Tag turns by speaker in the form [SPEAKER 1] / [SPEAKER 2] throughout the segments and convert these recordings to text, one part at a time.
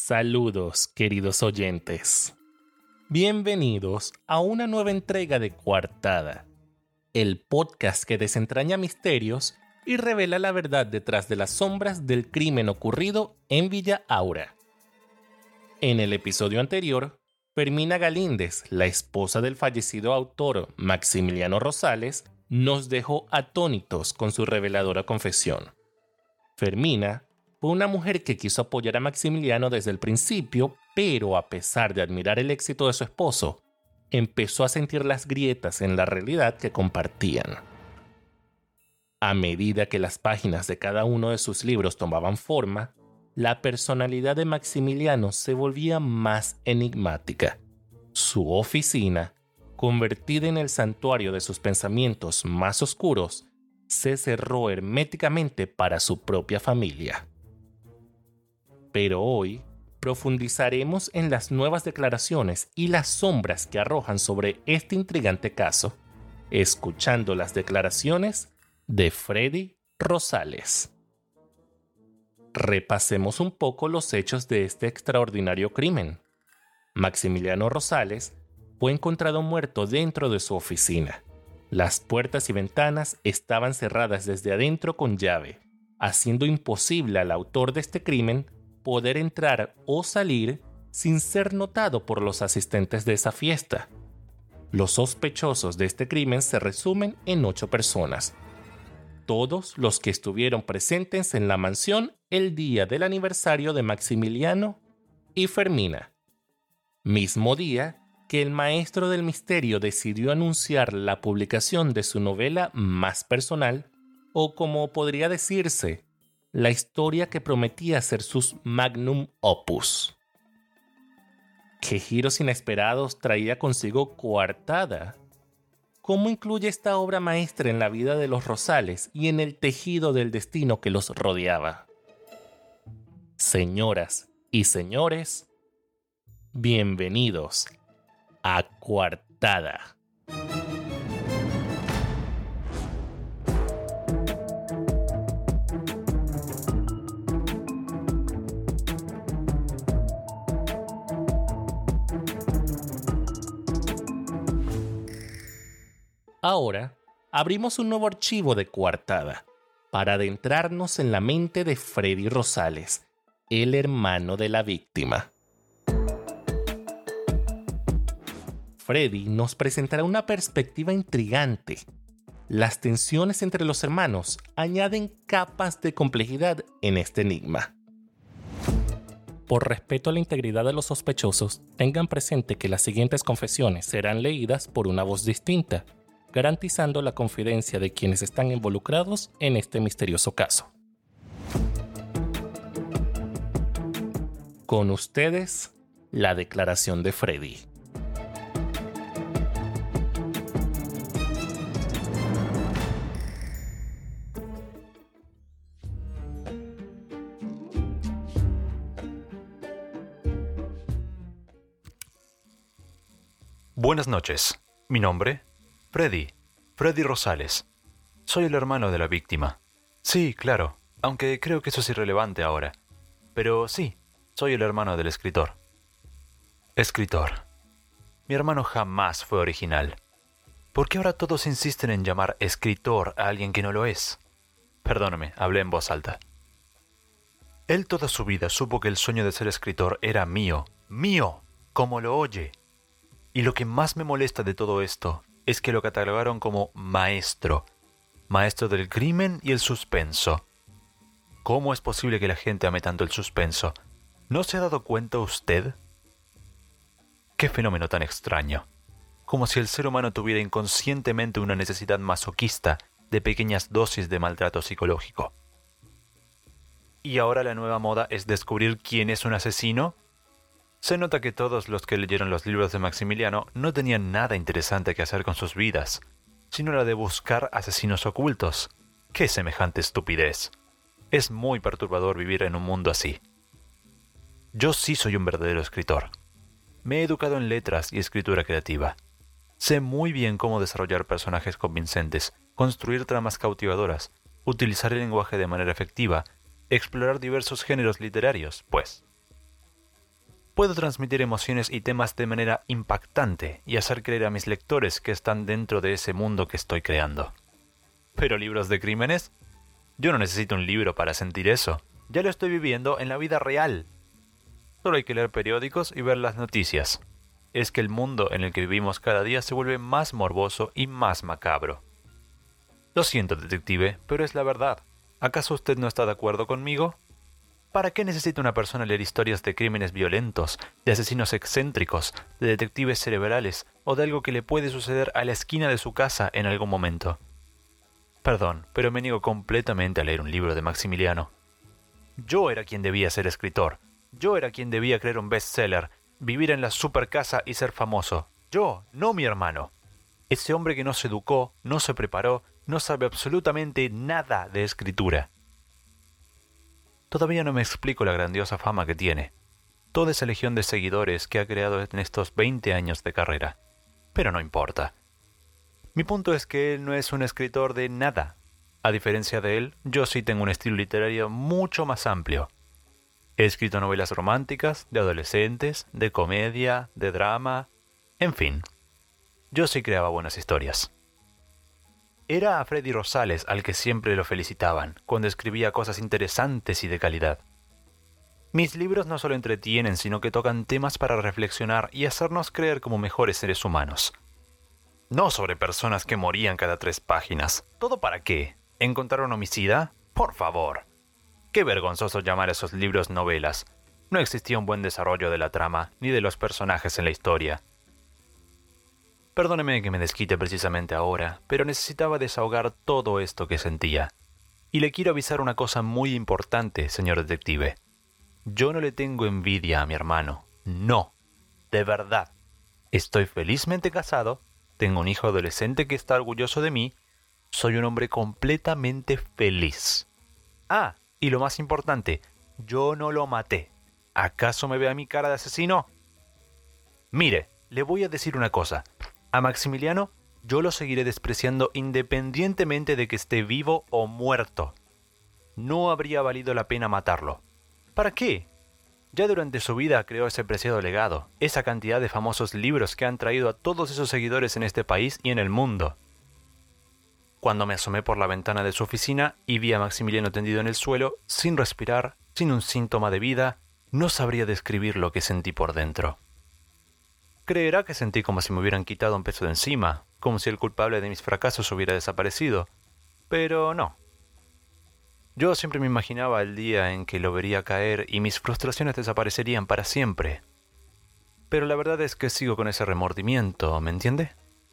[SPEAKER 1] Saludos, queridos oyentes. Bienvenidos a una nueva entrega de Coartada, el podcast que desentraña misterios y revela la verdad detrás de las sombras del crimen ocurrido en Villa Aura. En el episodio anterior, Fermina Galíndez, la esposa del fallecido autor Maximiliano Rosales, nos dejó atónitos con su reveladora confesión. Fermina fue una mujer que quiso apoyar a Maximiliano desde el principio, pero a pesar de admirar el éxito de su esposo, empezó a sentir las grietas en la realidad que compartían. A medida que las páginas de cada uno de sus libros tomaban forma, la personalidad de Maximiliano se volvía más enigmática. Su oficina, convertida en el santuario de sus pensamientos más oscuros, se cerró herméticamente para su propia familia. Pero hoy profundizaremos en las nuevas declaraciones y las sombras que arrojan sobre este intrigante caso, escuchando las declaraciones de Freddy Rosales. Repasemos un poco los hechos de este extraordinario crimen. Maximiliano Rosales fue encontrado muerto dentro de su oficina. Las puertas y ventanas estaban cerradas desde adentro con llave, haciendo imposible al autor de este crimen poder entrar o salir sin ser notado por los asistentes de esa fiesta. Los sospechosos de este crimen se resumen en 8 personas. Todos los que estuvieron presentes en la mansión el día del aniversario de Maximiliano y Fermina. Mismo día que el maestro del misterio decidió anunciar la publicación de su novela más personal, o como podría decirse, la historia que prometía ser sus magnum opus. ¿Qué giros inesperados traía consigo Coartada? ¿Cómo incluye esta obra maestra en la vida de los Rosales y en el tejido del destino que los rodeaba? Señoras y señores, bienvenidos a Coartada. Ahora, abrimos un nuevo archivo de Coartada para adentrarnos en la mente de Freddy Rosales, el hermano de la víctima. Freddy nos presentará una perspectiva intrigante. Las tensiones entre los hermanos añaden capas de complejidad en este enigma. Por respeto a la integridad de los sospechosos, tengan presente que las siguientes confesiones serán leídas por una voz distinta, garantizando la confidencia de quienes están involucrados en este misterioso caso. Con ustedes, la declaración de Freddy.
[SPEAKER 2] Buenas noches. Mi nombre, Freddy Rosales. Soy el hermano de la víctima. Sí, claro, aunque creo que eso es irrelevante ahora. Pero sí, soy el hermano del escritor. Escritor. Mi hermano jamás fue original. ¿Por qué ahora todos insisten en llamar escritor a alguien que no lo es? Perdóname, hablé en voz alta. Él toda su vida supo que el sueño de ser escritor era mío, como lo oye. Y lo que más me molesta de todo esto es que lo catalogaron como maestro del crimen y el suspenso. ¿Cómo es posible que la gente ame tanto el suspenso? ¿No se ha dado cuenta usted? Qué fenómeno tan extraño. Como si el ser humano tuviera inconscientemente una necesidad masoquista de pequeñas dosis de maltrato psicológico. ¿Y ahora la nueva moda es descubrir quién es un asesino? Se nota que todos los que leyeron los libros de Maximiliano no tenían nada interesante que hacer con sus vidas, sino la de buscar asesinos ocultos. ¡Qué semejante estupidez! Es muy perturbador vivir en un mundo así. Yo sí soy un verdadero escritor. Me he educado en letras y escritura creativa. Sé muy bien cómo desarrollar personajes convincentes, construir tramas cautivadoras, utilizar el lenguaje de manera efectiva, explorar diversos géneros literarios, pues. Puedo transmitir emociones y temas de manera impactante y hacer creer a mis lectores que están dentro de ese mundo que estoy creando. ¿Pero libros de crímenes? Yo no necesito un libro para sentir eso. Ya lo estoy viviendo en la vida real. Solo hay que leer periódicos y ver las noticias. Es que el mundo en el que vivimos cada día se vuelve más morboso y más macabro. Lo siento, detective, pero es la verdad. ¿Acaso usted no está de acuerdo conmigo? ¿Para qué necesita una persona leer historias de crímenes violentos, de asesinos excéntricos, de detectives cerebrales o de algo que le puede suceder a la esquina de su casa en algún momento? Perdón, pero me niego completamente a leer un libro de Maximiliano. Yo era quien debía ser escritor. Yo era quien debía crear un bestseller, vivir en la supercasa y ser famoso. Yo, no mi hermano. Ese hombre que no se educó, no se preparó, no sabe absolutamente nada de escritura. Todavía no me explico la grandiosa fama que tiene. Toda esa legión de seguidores que ha creado en estos 20 años de carrera. Pero no importa. Mi punto es que él no es un escritor de nada. A diferencia de él, yo sí tengo un estilo literario mucho más amplio. He escrito novelas románticas, de adolescentes, de comedia, de drama, en fin. Yo sí creaba buenas historias. Era a Freddy Rosales al que siempre lo felicitaban, cuando escribía cosas interesantes y de calidad. Mis libros no solo entretienen, sino que tocan temas para reflexionar y hacernos creer como mejores seres humanos. No sobre personas que morían cada 3 páginas. ¿Todo para qué? ¿Encontrar un homicida? Por favor. Qué vergonzoso llamar a esos libros novelas. No existía un buen desarrollo de la trama, ni de los personajes en la historia. Perdóneme que me desquite precisamente ahora, pero necesitaba desahogar todo esto que sentía. Y le quiero avisar una cosa muy importante, señor detective. Yo no le tengo envidia a mi hermano. No. De verdad. Estoy felizmente casado, tengo un hijo adolescente que está orgulloso de mí, soy un hombre completamente feliz. Ah, y lo más importante, yo no lo maté. ¿Acaso me ve a mi cara de asesino? Mire, le voy a decir una cosa. A Maximiliano yo lo seguiré despreciando independientemente de que esté vivo o muerto. No habría valido la pena matarlo. ¿Para qué? Ya durante su vida creó ese preciado legado, esa cantidad de famosos libros que han traído a todos esos seguidores en este país y en el mundo. Cuando me asomé por la ventana de su oficina y vi a Maximiliano tendido en el suelo, sin respirar, sin un síntoma de vida, no sabría describir lo que sentí por dentro. Creerá que sentí como si me hubieran quitado un peso de encima, como si el culpable de mis fracasos hubiera desaparecido, pero no. Yo siempre me imaginaba el día en que lo vería caer y mis frustraciones desaparecerían para siempre. Pero la verdad es que sigo con ese remordimiento, ¿me entiende?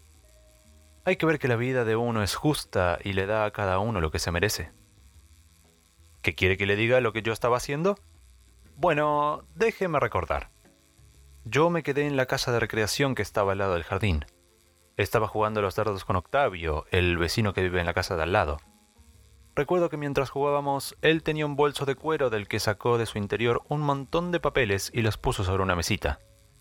[SPEAKER 2] Hay que ver que la vida de uno es justa y le da a cada uno lo que se merece. ¿Qué quiere que le diga lo que yo estaba haciendo? Bueno, déjeme recordar. Yo me quedé en la casa de recreación que estaba al lado del jardín. Estaba jugando a los dardos con Octavio, el vecino que vive en la casa de al lado. Recuerdo que mientras jugábamos, él tenía un bolso de cuero del que sacó de su interior un montón de papeles y los puso sobre una mesita.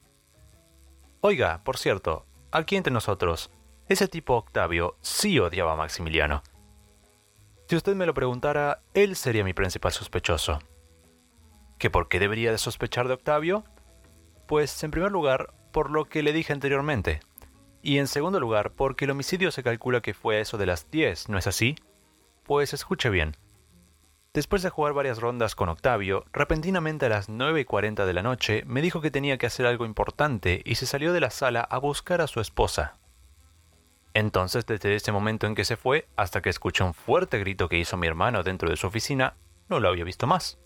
[SPEAKER 2] Oiga, por cierto, aquí entre nosotros, ese tipo Octavio sí odiaba a Maximiliano. Si usted me lo preguntara, él sería mi principal sospechoso. ¿Que por qué debería de sospechar de Octavio? Pues, en primer lugar, por lo que le dije anteriormente. Y en segundo lugar, porque el homicidio se calcula que fue a eso de las 10, ¿no es así? Pues escuche bien. Después de jugar varias rondas con Octavio, repentinamente a las 9:40 de la noche me dijo que tenía que hacer algo importante y se salió de la sala a buscar a su esposa. Entonces, desde ese momento en que se fue, hasta que escuché un fuerte grito que hizo mi hermano dentro de su oficina, no lo había visto más.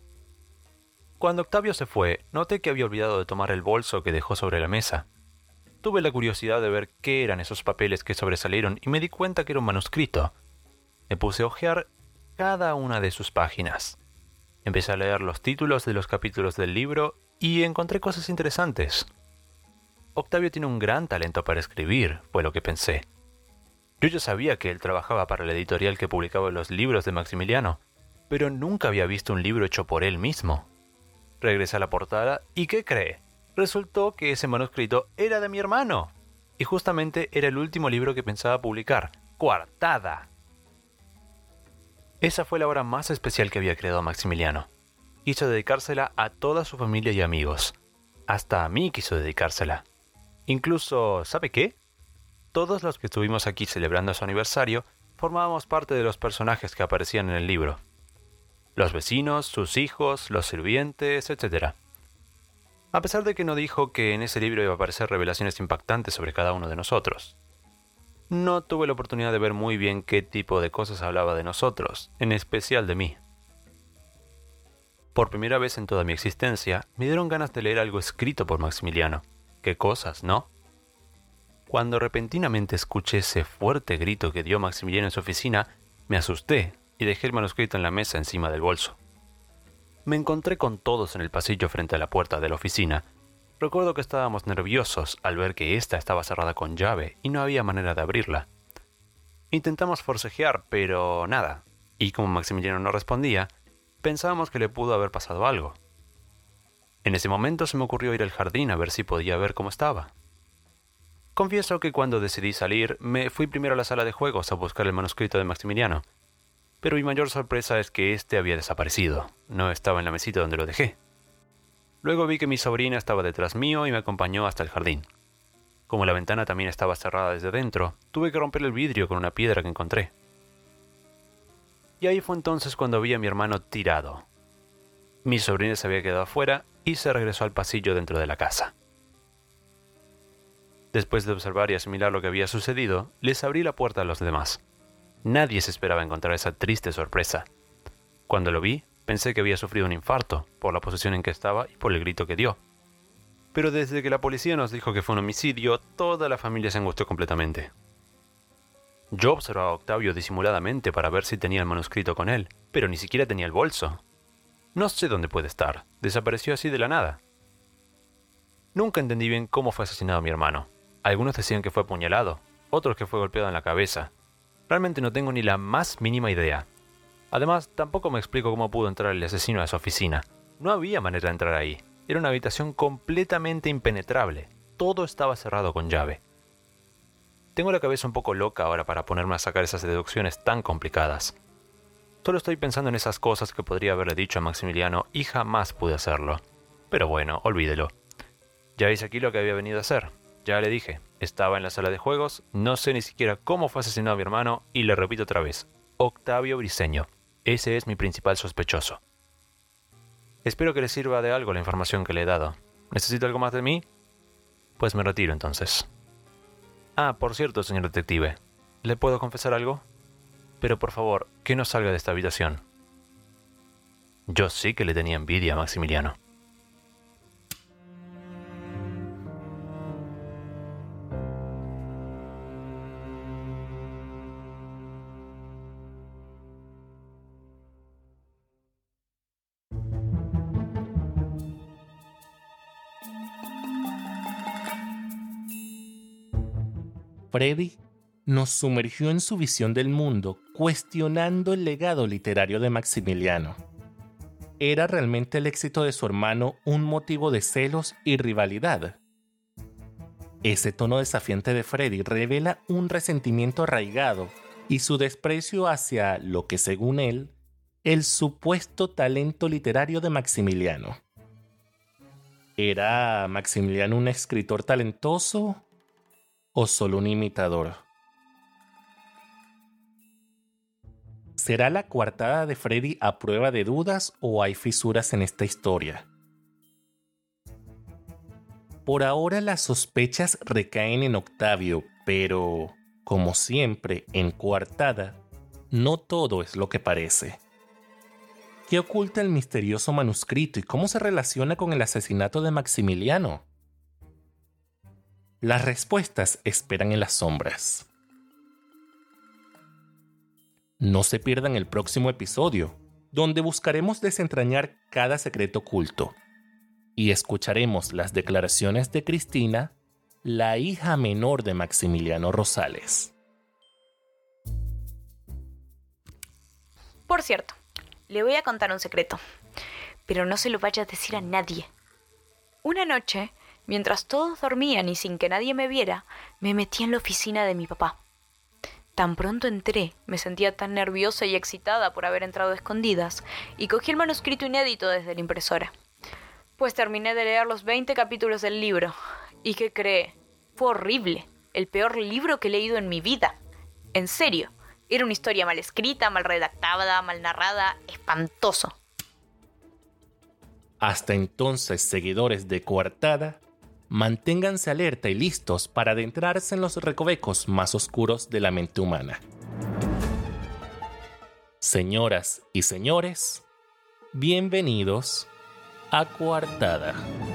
[SPEAKER 2] Cuando Octavio se fue, noté que había olvidado de tomar el bolso que dejó sobre la mesa. Tuve la curiosidad de ver qué eran esos papeles que sobresalieron y me di cuenta que era un manuscrito. Me puse a hojear cada una de sus páginas. Empecé a leer los títulos de los capítulos del libro y encontré cosas interesantes. Octavio tiene un gran talento para escribir, fue lo que pensé. Yo ya sabía que él trabajaba para la editorial que publicaba los libros de Maximiliano, pero nunca había visto un libro hecho por él mismo. Regresé a la portada y ¿qué cree? Resultó que ese manuscrito era de mi hermano. Y justamente era el último libro que pensaba publicar. ¡Coartada! Esa fue la obra más especial que había creado Maximiliano. Quiso dedicársela a toda su familia y amigos. Hasta a mí quiso dedicársela. Incluso, ¿sabe qué? Todos los que estuvimos aquí celebrando su aniversario formábamos parte de los personajes que aparecían en el libro. Los vecinos, sus hijos, los sirvientes, etc. A pesar de que no dijo que en ese libro iba a aparecer revelaciones impactantes sobre cada uno de nosotros. No tuve la oportunidad de ver muy bien qué tipo de cosas hablaba de nosotros, en especial de mí. Por primera vez en toda mi existencia, me dieron ganas de leer algo escrito por Maximiliano. ¡Qué cosas!, ¿no? Cuando repentinamente escuché ese fuerte grito que dio Maximiliano en su oficina, me asusté y dejé el manuscrito en la mesa encima del bolso. Me encontré con todos en el pasillo frente a la puerta de la oficina. Recuerdo que estábamos nerviosos al ver que ésta estaba cerrada con llave y no había manera de abrirla. Intentamos forcejear, pero nada, y como Maximiliano no respondía, pensábamos que le pudo haber pasado algo. En ese momento se me ocurrió ir al jardín a ver si podía ver cómo estaba. Confieso que cuando decidí salir, me fui primero a la sala de juegos a buscar el manuscrito de Maximiliano, pero mi mayor sorpresa es que éste había desaparecido, no estaba en la mesita donde lo dejé. Luego vi que mi sobrina estaba detrás mío y me acompañó hasta el jardín. Como la ventana también estaba cerrada desde dentro, tuve que romper el vidrio con una piedra que encontré. Y ahí fue entonces cuando vi a mi hermano tirado. Mi sobrina se había quedado afuera y se regresó al pasillo dentro de la casa. Después de observar y asimilar lo que había sucedido, les abrí la puerta a los demás. Nadie se esperaba encontrar esa triste sorpresa. Cuando lo vi, pensé que había sufrido un infarto, por la posición en que estaba y por el grito que dio. Pero desde que la policía nos dijo que fue un homicidio, toda la familia se angustió completamente. Yo observaba a Octavio disimuladamente para ver si tenía el manuscrito con él, pero ni siquiera tenía el bolso. No sé dónde puede estar, desapareció así de la nada. Nunca entendí bien cómo fue asesinado mi hermano. Algunos decían que fue apuñalado, otros que fue golpeado en la cabeza. Realmente no tengo ni la más mínima idea. Además, tampoco me explico cómo pudo entrar el asesino a su oficina. No había manera de entrar ahí. Era una habitación completamente impenetrable. Todo estaba cerrado con llave. Tengo la cabeza un poco loca ahora para ponerme a sacar esas deducciones tan complicadas. Solo estoy pensando en esas cosas que podría haberle dicho a Maximiliano y jamás pude hacerlo. Pero bueno, olvídelo. Ya hice aquí lo que había venido a hacer. Ya le dije, estaba en la sala de juegos, no sé ni siquiera cómo fue asesinado mi hermano y le repito otra vez, Octavio Briceño. Ese es mi principal sospechoso. Espero que le sirva de algo la información que le he dado. ¿Necesita algo más de mí? Pues me retiro entonces. Ah, por cierto, señor detective, ¿le puedo confesar algo? Pero por favor, que no salga de esta habitación. Yo sí que le tenía envidia a Maximiliano.
[SPEAKER 1] Freddy nos sumergió en su visión del mundo, cuestionando el legado literario de Maximiliano. ¿Era realmente el éxito de su hermano un motivo de celos y rivalidad? Ese tono desafiante de Freddy revela un resentimiento arraigado y su desprecio hacia lo que, según él, el supuesto talento literario de Maximiliano. ¿Era Maximiliano un escritor talentoso o solo un imitador? ¿Será la coartada de Freddy a prueba de dudas o hay fisuras en esta historia? Por ahora las sospechas recaen en Octavio, pero, como siempre, en coartada, no todo es lo que parece. ¿Qué oculta el misterioso manuscrito y cómo se relaciona con el asesinato de Maximiliano? Las respuestas esperan en las sombras. No se pierdan el próximo episodio, donde buscaremos desentrañar cada secreto oculto y escucharemos las declaraciones de Cristina, la hija menor de Maximiliano Rosales.
[SPEAKER 3] Por cierto, le voy a contar un secreto, pero no se lo vaya a decir a nadie. Una noche, mientras todos dormían y sin que nadie me viera, me metí en la oficina de mi papá. Tan pronto entré, me sentía tan nerviosa y excitada por haber entrado a escondidas, y cogí el manuscrito inédito desde la impresora. Pues terminé de leer los 20 capítulos del libro. ¿Y qué cree? Fue horrible. El peor libro que he leído en mi vida. En serio. Era una historia mal escrita, mal redactada, mal narrada. Espantoso.
[SPEAKER 1] Hasta entonces, seguidores de Coartada, manténganse alerta y listos para adentrarse en los recovecos más oscuros de la mente humana. Señoras y señores, bienvenidos a Coartada.